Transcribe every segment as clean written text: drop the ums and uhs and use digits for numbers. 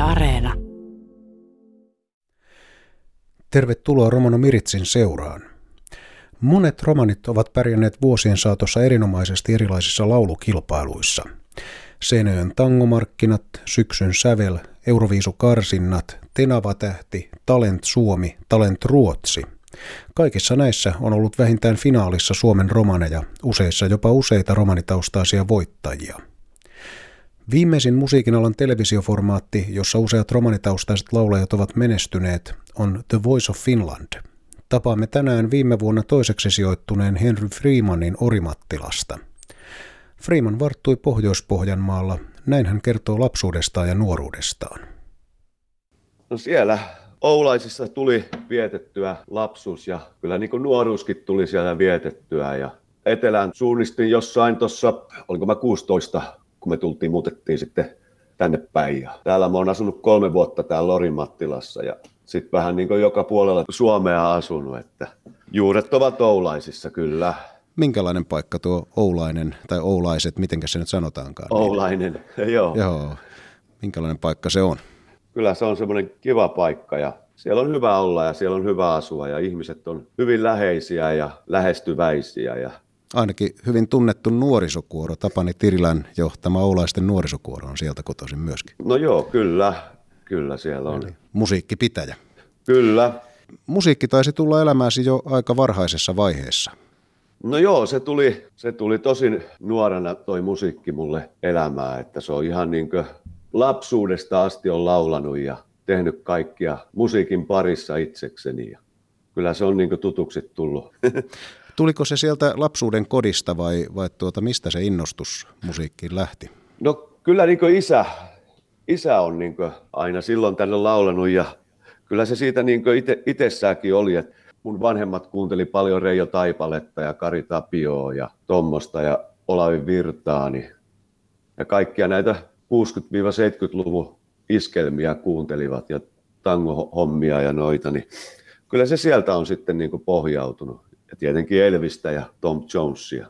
Areena. Tervetuloa Romano Miritsin seuraan. Monet romanit ovat pärjänneet vuosien saatossa erinomaisesti erilaisissa laulukilpailuissa. Seinäjoen tangomarkkinat, Syksyn sävel, Euroviisukarsinnat, Tenava-tähti, Talent Suomi, Talent Ruotsi. Kaikissa näissä on ollut vähintään finaalissa Suomen romaneja, useissa jopa useita romanitaustaisia voittajia. Viimeisin musiikinalan televisioformaatti, jossa useat romanitaustaiset laulajat ovat menestyneet, on The Voice of Finland. Tapaamme tänään viime vuonna toiseksi sijoittuneen Henry Freemanin Orimattilasta. Freeman varttui Pohjois-Pohjanmaalla, näin hän kertoo lapsuudestaan ja nuoruudestaan. No siellä Oulaisissa tuli vietettyä lapsuus ja kyllä niin kuin nuoruuskin tuli siellä vietettyä. Ja etelään suunnistin jossain tuossa, olinko mä 16, kun me muutettiin sitten tänne päin. Ja täällä mä oon asunut 3 vuotta täällä Orimattilassa ja sitten vähän niin kuin joka puolella Suomea asunut, että juuret ovat Oulaisissa kyllä. Minkälainen paikka tuo Oulainen tai Oulaiset, mitenkä se nyt sanotaankaan? Oulainen, joo. Joo. Minkälainen paikka se on? Kyllä se on semmoinen kiva paikka ja siellä on hyvä olla ja siellä on hyvä asua ja ihmiset on hyvin läheisiä ja lähestyväisiä. Ja ainakin hyvin tunnettu nuorisokuoro, Tapani Tirilän johtama Oulaisten nuorisokuoro on sieltä kotoisin myöskin. No joo, kyllä siellä on. Eli musiikkipitäjä. Kyllä. Musiikki taisi tulla elämääsi jo aika varhaisessa vaiheessa. No joo, se tuli tosin nuorena toi musiikki mulle elämään, että se on ihan niin kuin lapsuudesta asti on laulanut ja tehnyt kaikkia musiikin parissa itsekseni ja kyllä se on niin kuin tutuksi tullut. Tuliko se sieltä lapsuuden kodista vai mistä se innostus musiikkiin lähti? No kyllä niin kuin isä on niin kuin aina silloin tänne laulanut ja kyllä se siitä niin kuin itsessäänkin oli, että mun vanhemmat kuunteli paljon Reijo Taipaletta ja Kari Tapioa ja tommosta ja Olavi Virtaani ja kaikkia näitä 60-70-luvun iskelmiä kuuntelivat ja tangohommia ja noita, niin kyllä se sieltä on sitten niin kuin pohjautunut. Ja tietenkin Elvistä ja Tom Jonesia.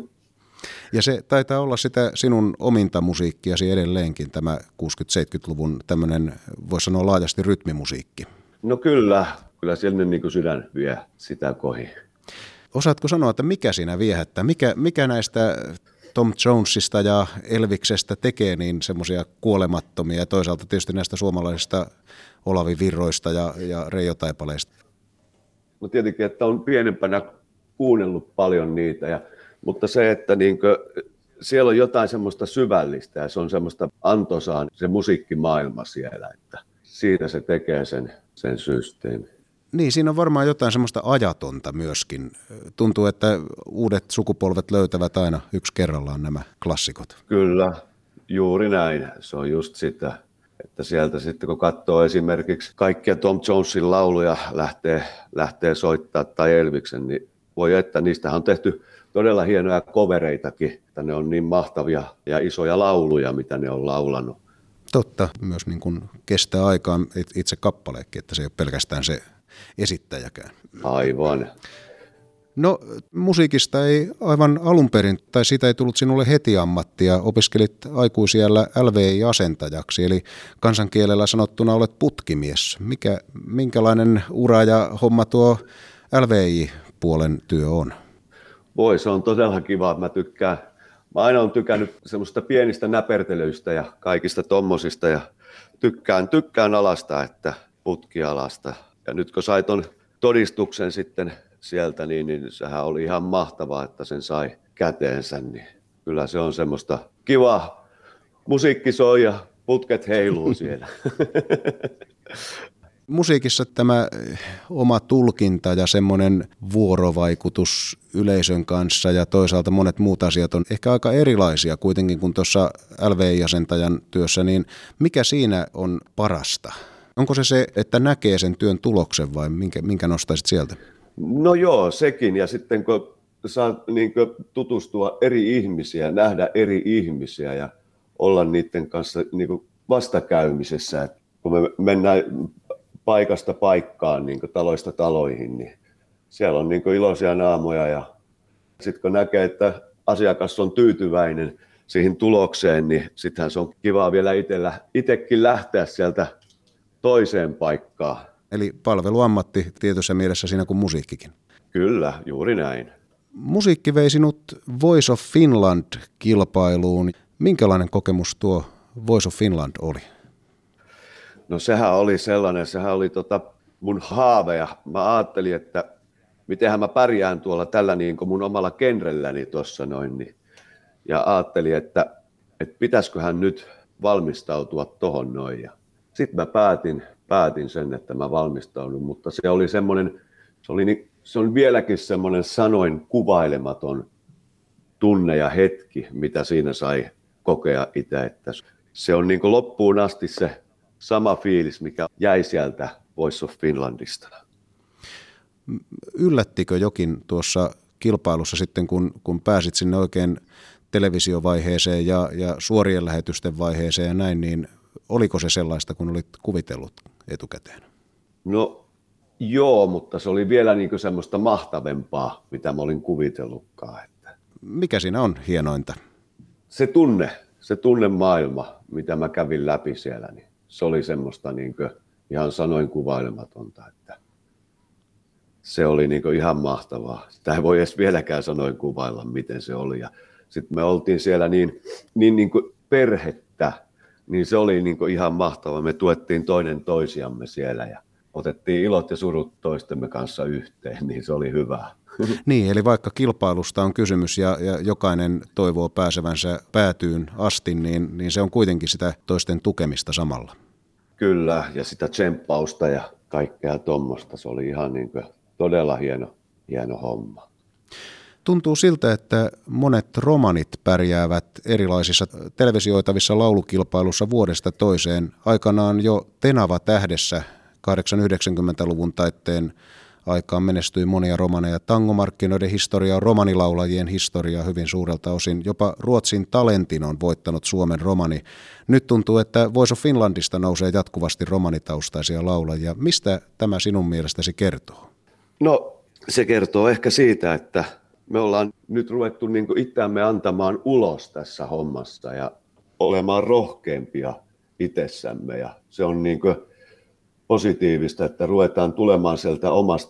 Ja se taitaa olla sitä sinun ominta musiikkiasi edelleenkin, tämä 60-70-luvun tämmöinen, voisi sanoa laajasti rytmimusiikki. No kyllä siellä niin kuin sydän vie sitä kohi. Osaatko sanoa, että mikä siinä viehättää? Mikä näistä Tom Jonesista ja Elviksestä tekee niin semmoisia kuolemattomia ja toisaalta tietysti näistä suomalaisista Olavi Virroista ja Reijo Taipaleista? No tietenkin, että on pienempänä kuunnellut paljon niitä, mutta se, että siellä on jotain semmoista syvällistä ja se on semmoista antoisaa se musiikkimaailma siellä, että siitä se tekee sen systeemin. Niin, siinä on varmaan jotain semmoista ajatonta myöskin. Tuntuu, että uudet sukupolvet löytävät aina yksi kerrallaan nämä klassikot. Kyllä, juuri näin. Se on just sitä, että sieltä sitten kun katsoo esimerkiksi kaikkia Tom Jonesin lauluja lähtee soittaa tai Elviksen, niin voi että niistähän on tehty todella hienoja covereitakin, että ne on niin mahtavia ja isoja lauluja, mitä ne on laulanut. Totta, myös niin kuin kestää aikaan itse kappaleekin, että se ei ole pelkästään se esittäjäkään. Aivan. No musiikista ei aivan alun perin, tai siitä ei tullut sinulle heti ammattia. Opiskelit aikuisiällä LVI-asentajaksi, eli kansankielellä sanottuna olet putkimies. Minkälainen ura ja homma tuo LVI-puolen työ on? Voi, se on todella kiva. Mä aina olen tykännyt semmoista pienistä näpertelyistä ja kaikista tommosista ja tykkään alasta, että putkialasta. Ja nyt kun sai ton todistuksen sitten sieltä, niin sehän oli ihan mahtavaa, että sen sai käteensä. Niin kyllä se on semmoista kivaa. Musiikki soi ja putket heiluu siellä. Musiikissa tämä oma tulkinta ja semmoinen vuorovaikutus yleisön kanssa ja toisaalta monet muut asiat on ehkä aika erilaisia kuitenkin kuin tuossa LVI-asentajan työssä, niin mikä siinä on parasta? Onko se, että näkee sen työn tuloksen vai minkä nostaisit sieltä? No joo, sekin. Ja sitten kun saa tutustua eri ihmisiä, nähdä eri ihmisiä ja olla niiden kanssa vastakäymisessä. Kun me mennään paikasta paikkaan, taloista taloihin, niin siellä on iloisia naamoja. Ja sitten kun näkee, että asiakas on tyytyväinen siihen tulokseen, niin sittenhän se on kivaa vielä itsekin lähteä sieltä toiseen paikkaan. Eli palveluammatti tietyssä mielessä siinä kuin musiikkikin. Kyllä, juuri näin. Musiikki vei sinut Voice of Finland-kilpailuun. Minkälainen kokemus tuo Voice of Finland oli? No sehän oli mun haave ja mä ajattelin, että mitenhän mä pärjään tuolla tällä niin kuin mun omalla genrelläni tuossa noin. Niin. Ja ajattelin, että pitäisiköhän nyt valmistautua tohon noin. Sitten mä päätin sen, että mä valmistaudun, mutta se oli vieläkin semmoinen sanoin kuvailematon tunne ja hetki, mitä siinä sai kokea itse, että se on niin kuin loppuun asti se sama fiilis, mikä jäi sieltä Voice of Finlandista. Yllättikö jokin tuossa kilpailussa sitten, kun pääsit sinne oikein televisiovaiheeseen ja suorien lähetysten vaiheeseen ja näin, niin oliko se sellaista, kun olit kuvitellut etukäteen? No joo, mutta se oli vielä niin kuin semmoista mahtavempaa, mitä mä olin kuvitellutkaan. Mikä siinä on hienointa? Se tunnemaailma, mitä mä kävin läpi siellä, niin se oli semmoista niin kuin ihan sanoin kuvailematonta, että se oli niin kuin ihan mahtavaa. Sitä ei voi edes vieläkään sanoin kuvailla, miten se oli. Ja sitten me oltiin siellä niin kuin perhettä, niin se oli niin kuin ihan mahtavaa. Me tuettiin toinen toisiamme siellä ja otettiin ilot ja surut toistemme kanssa yhteen, niin se oli hyvä. Niin, eli vaikka kilpailusta on kysymys ja jokainen toivoo pääsevänsä päätyyn asti, niin se on kuitenkin sitä toisten tukemista samalla. Kyllä, ja sitä tsemppausta ja kaikkea tuommoista. Se oli ihan niin kuin todella hieno homma. Tuntuu siltä, että monet romanit pärjäävät erilaisissa televisioitavissa laulukilpailussa vuodesta toiseen. Aikanaan jo Tenava-tähdessä 80-90-luvun taitteen aikaan menestyi monia romaneja. Tangomarkkinoiden historia on romanilaulajien historiaa hyvin suurelta osin. Jopa Ruotsin Talentin on voittanut Suomen romani. Nyt tuntuu, että Voice of Finlandista nousee jatkuvasti romanitaustaisia laulajia. Mistä tämä sinun mielestäsi kertoo? No se kertoo ehkä siitä, että me ollaan nyt ruvettu niin kuin itseämme antamaan ulos tässä hommassa ja olemaan rohkeampia itsessämme. Ja se on niin kuin positiivista, että ruvetaan tulemaan sieltä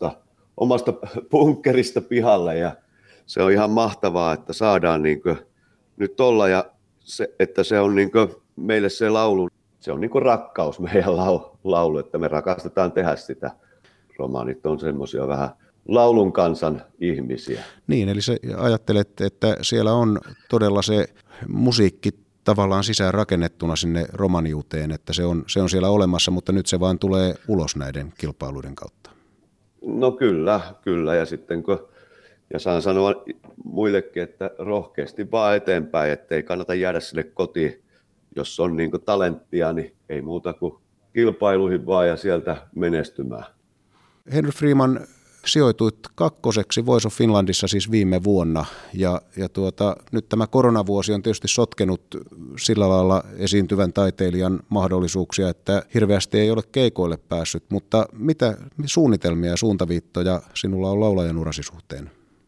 omasta bunkkerista pihalle ja se on ihan mahtavaa, että saadaan niin kuin nyt olla ja että se on niin kuin meille se laulu, se on niin kuin rakkaus meidän laulu, että me rakastetaan tehdä sitä. Romaanit on semmoisia vähän laulun kansan ihmisiä. Niin, eli sä ajattelet, että siellä on todella se musiikki tavallaan sisään rakennettuna sinne romaniuteen, että se on siellä olemassa, mutta nyt se vaan tulee ulos näiden kilpailuiden kautta. No kyllä. Ja sitten ja saan sanoa muillekin, että rohkeasti vaan eteenpäin, ettei kannata jäädä sinne kotiin. Jos on niin kuin talenttia, niin ei muuta kuin kilpailuihin vaan ja sieltä menestymään. Henry Freeman, sijoituit kakkoseksi Voice of Finlandissa siis viime vuonna ja nyt tämä koronavuosi on tietysti sotkenut sillä lailla esiintyvän taiteilijan mahdollisuuksia, että hirveästi ei ole keikoille päässyt, mutta mitä suunnitelmia ja suuntaviittoja sinulla on laulajan urasi suhteen?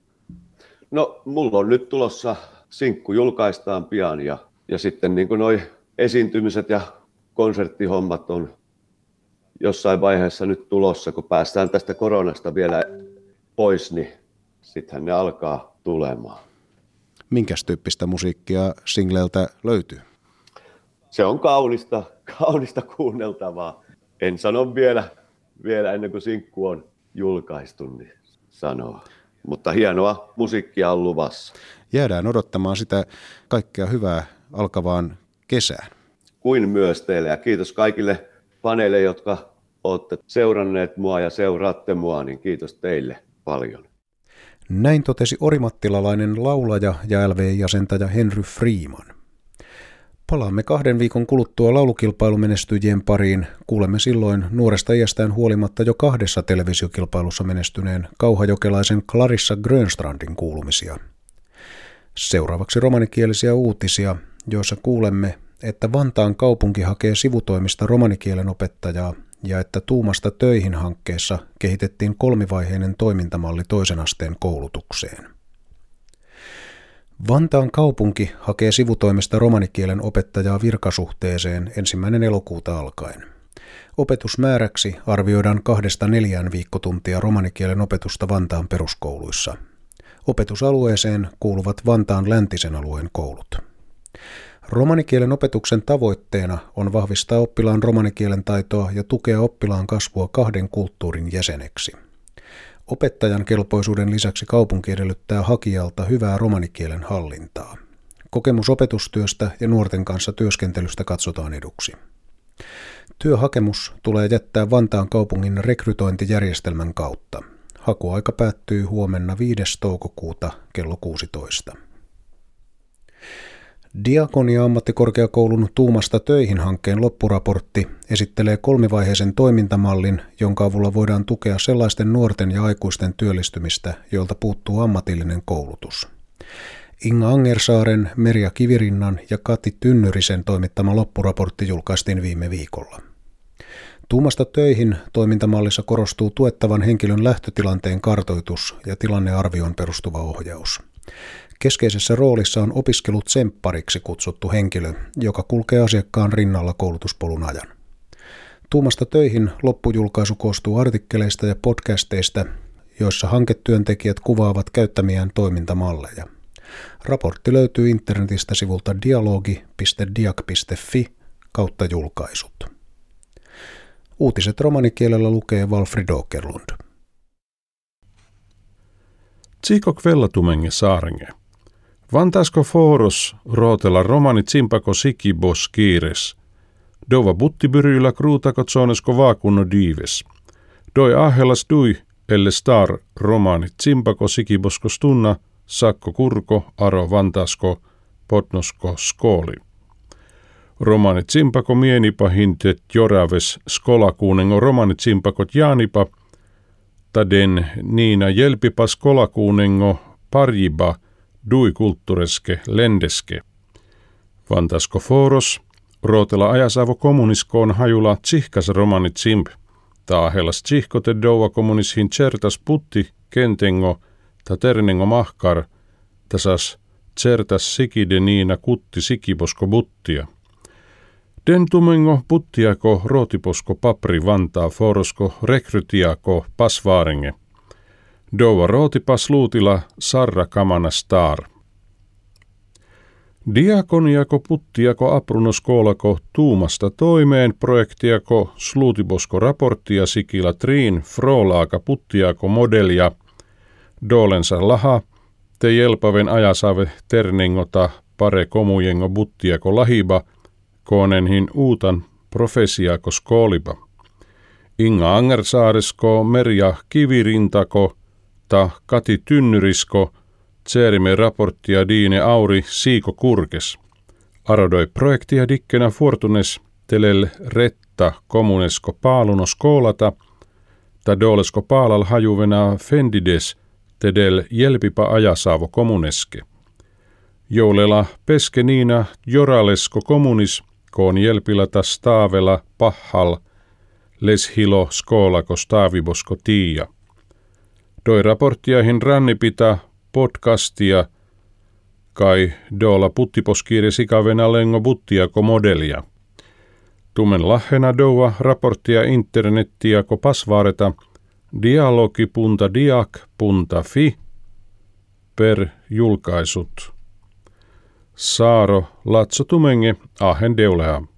No mulla on nyt tulossa sinkku, julkaistaan pian ja sitten niin kuin noi esiintymiset ja konserttihommat on jossain vaiheessa nyt tulossa, kun päästään tästä koronasta vielä pois, niin sittenhän ne alkaa tulemaan. Minkäs tyyppistä musiikkia singleltä löytyy? Se on kaunista kuunneltavaa. En sano vielä ennen kuin sinkku on julkaistu, niin sanoa. Mutta hienoa musiikkia on luvassa. Jäädään odottamaan sitä kaikkea hyvää alkavaan kesään. Kuin myös teille ja kiitos kaikille faneille, jotka olette seuranneet mua ja seuraatte mua, niin kiitos teille paljon. Näin totesi orimattilalainen laulaja ja LV-jäsentäjä Henry Freeman. Palaamme 2 viikon kuluttua laulukilpailumenestyjien pariin. Kuulemme silloin nuoresta iästään huolimatta jo 2 televisiokilpailussa menestyneen kauhajokelaisen Clarissa Grönstrandin kuulumisia. Seuraavaksi romanikielisiä uutisia, joissa kuulemme, että Vantaan kaupunki hakee sivutoimista romanikielen opettajaa ja että Tuumasta töihin -hankkeessa kehitettiin 3-vaiheinen toimintamalli toisen asteen koulutukseen. Vantaan kaupunki hakee sivutoimista romanikielen opettajaa virkasuhteeseen 1. elokuuta alkaen. Opetusmääräksi arvioidaan 2-4 viikkotuntia romanikielen opetusta Vantaan peruskouluissa. Opetusalueeseen kuuluvat Vantaan läntisen alueen koulut. Romanikielen opetuksen tavoitteena on vahvistaa oppilaan romanikielen taitoa ja tukea oppilaan kasvua 2 kulttuurin jäseneksi. Opettajan kelpoisuuden lisäksi kaupunki edellyttää hakijalta hyvää romanikielen hallintaa. Kokemus opetustyöstä ja nuorten kanssa työskentelystä katsotaan eduksi. Työhakemus tulee jättää Vantaan kaupungin rekrytointijärjestelmän kautta. Hakuaika päättyy huomenna 5. toukokuuta kello 16. Diakonia-ammattikorkeakoulun Tuumasta töihin -hankkeen loppuraportti esittelee 3-vaiheisen toimintamallin, jonka avulla voidaan tukea sellaisten nuorten ja aikuisten työllistymistä, joilta puuttuu ammatillinen koulutus. Inga Angersaaren, Merja Kivirinnan ja Kati Tynnyrisen toimittama loppuraportti julkaistiin viime viikolla. Tuumasta töihin -toimintamallissa korostuu tuettavan henkilön lähtötilanteen kartoitus ja tilannearvioon perustuva ohjaus. Keskeisessä roolissa on opiskelutsempariksi kutsuttu henkilö, joka kulkee asiakkaan rinnalla koulutuspolun ajan. Tuumasta töihin -loppujulkaisu koostuu artikkeleista ja podcasteista, joissa hanketyöntekijät kuvaavat käyttämiään toimintamalleja. Raportti löytyy internetistä sivulta dialogi.diak.fi/julkaisut. Uutiset romanikielellä lukee Walfrid Åkerlund. Tsiko kvellatumenge saarenge. Vantaasko foros rootella romani tsimpako sikibos kiires. Dova buttibyryllä kruutako tsonesko vaakunno diives. Doi ahelas dui elle star romani tsimpako sikibosko stunna sakko kurko aro vantaasko potnosko skooli. Romani tsimpako mienipa hintet joraves skolakuunengo romani tsimpakot jaanipa taden niina jelpipa skolakuunengo parjiba dui kulttureske lendeske. Vantasko foros rootela ajasavo kommuniskoon hajula tsihkas romani tsimp. Taahelas tsihkote doua kommunishin tsertas putti kentengo ta ternengo mahkar tasas tsertas sikide niina kutti sikiposko buttia. Den tumengo puttiako rootiposko papri Vantaa forosko rekrytiako pasvaarenge. Doua rootipas luutila sarra kamana star. Diakoniako puttiako aprunoskoolako Tuumasta toimeen projektiako sluutiposko raporttia sikila triin frolaaka puttiako modelia. Dolensa laha te jelpaven ajasave ternengota pare komujengo buttiako lahiba koonenhin uutan profesiako skoolipa. Inga Angersaaresko Merja Kivirintako ta Kati Tynnyrisko tseerime raporttia diine auri siiko kurkes. Arodoi projektia dikkenä fortunes telel retta kommunesko paaluno skoolata ta dolesko paalal hajuvena fendides tedel jelpipa ajasaavo kommuneske. Joulela peske niina joralesko kommunis koon jelpilata staavela pahhal leshilo skoolako staavibosko tiia. Doi raporttiahin rannipita podcastia kai doola puttiposkiire sikavena lengo buttiako modelia. Tumen lahena doua raporttia internettiako pasvaareta dialogi.diak.fi per julkaisut. Saaro Latso Tumenge Ahen Deuleha.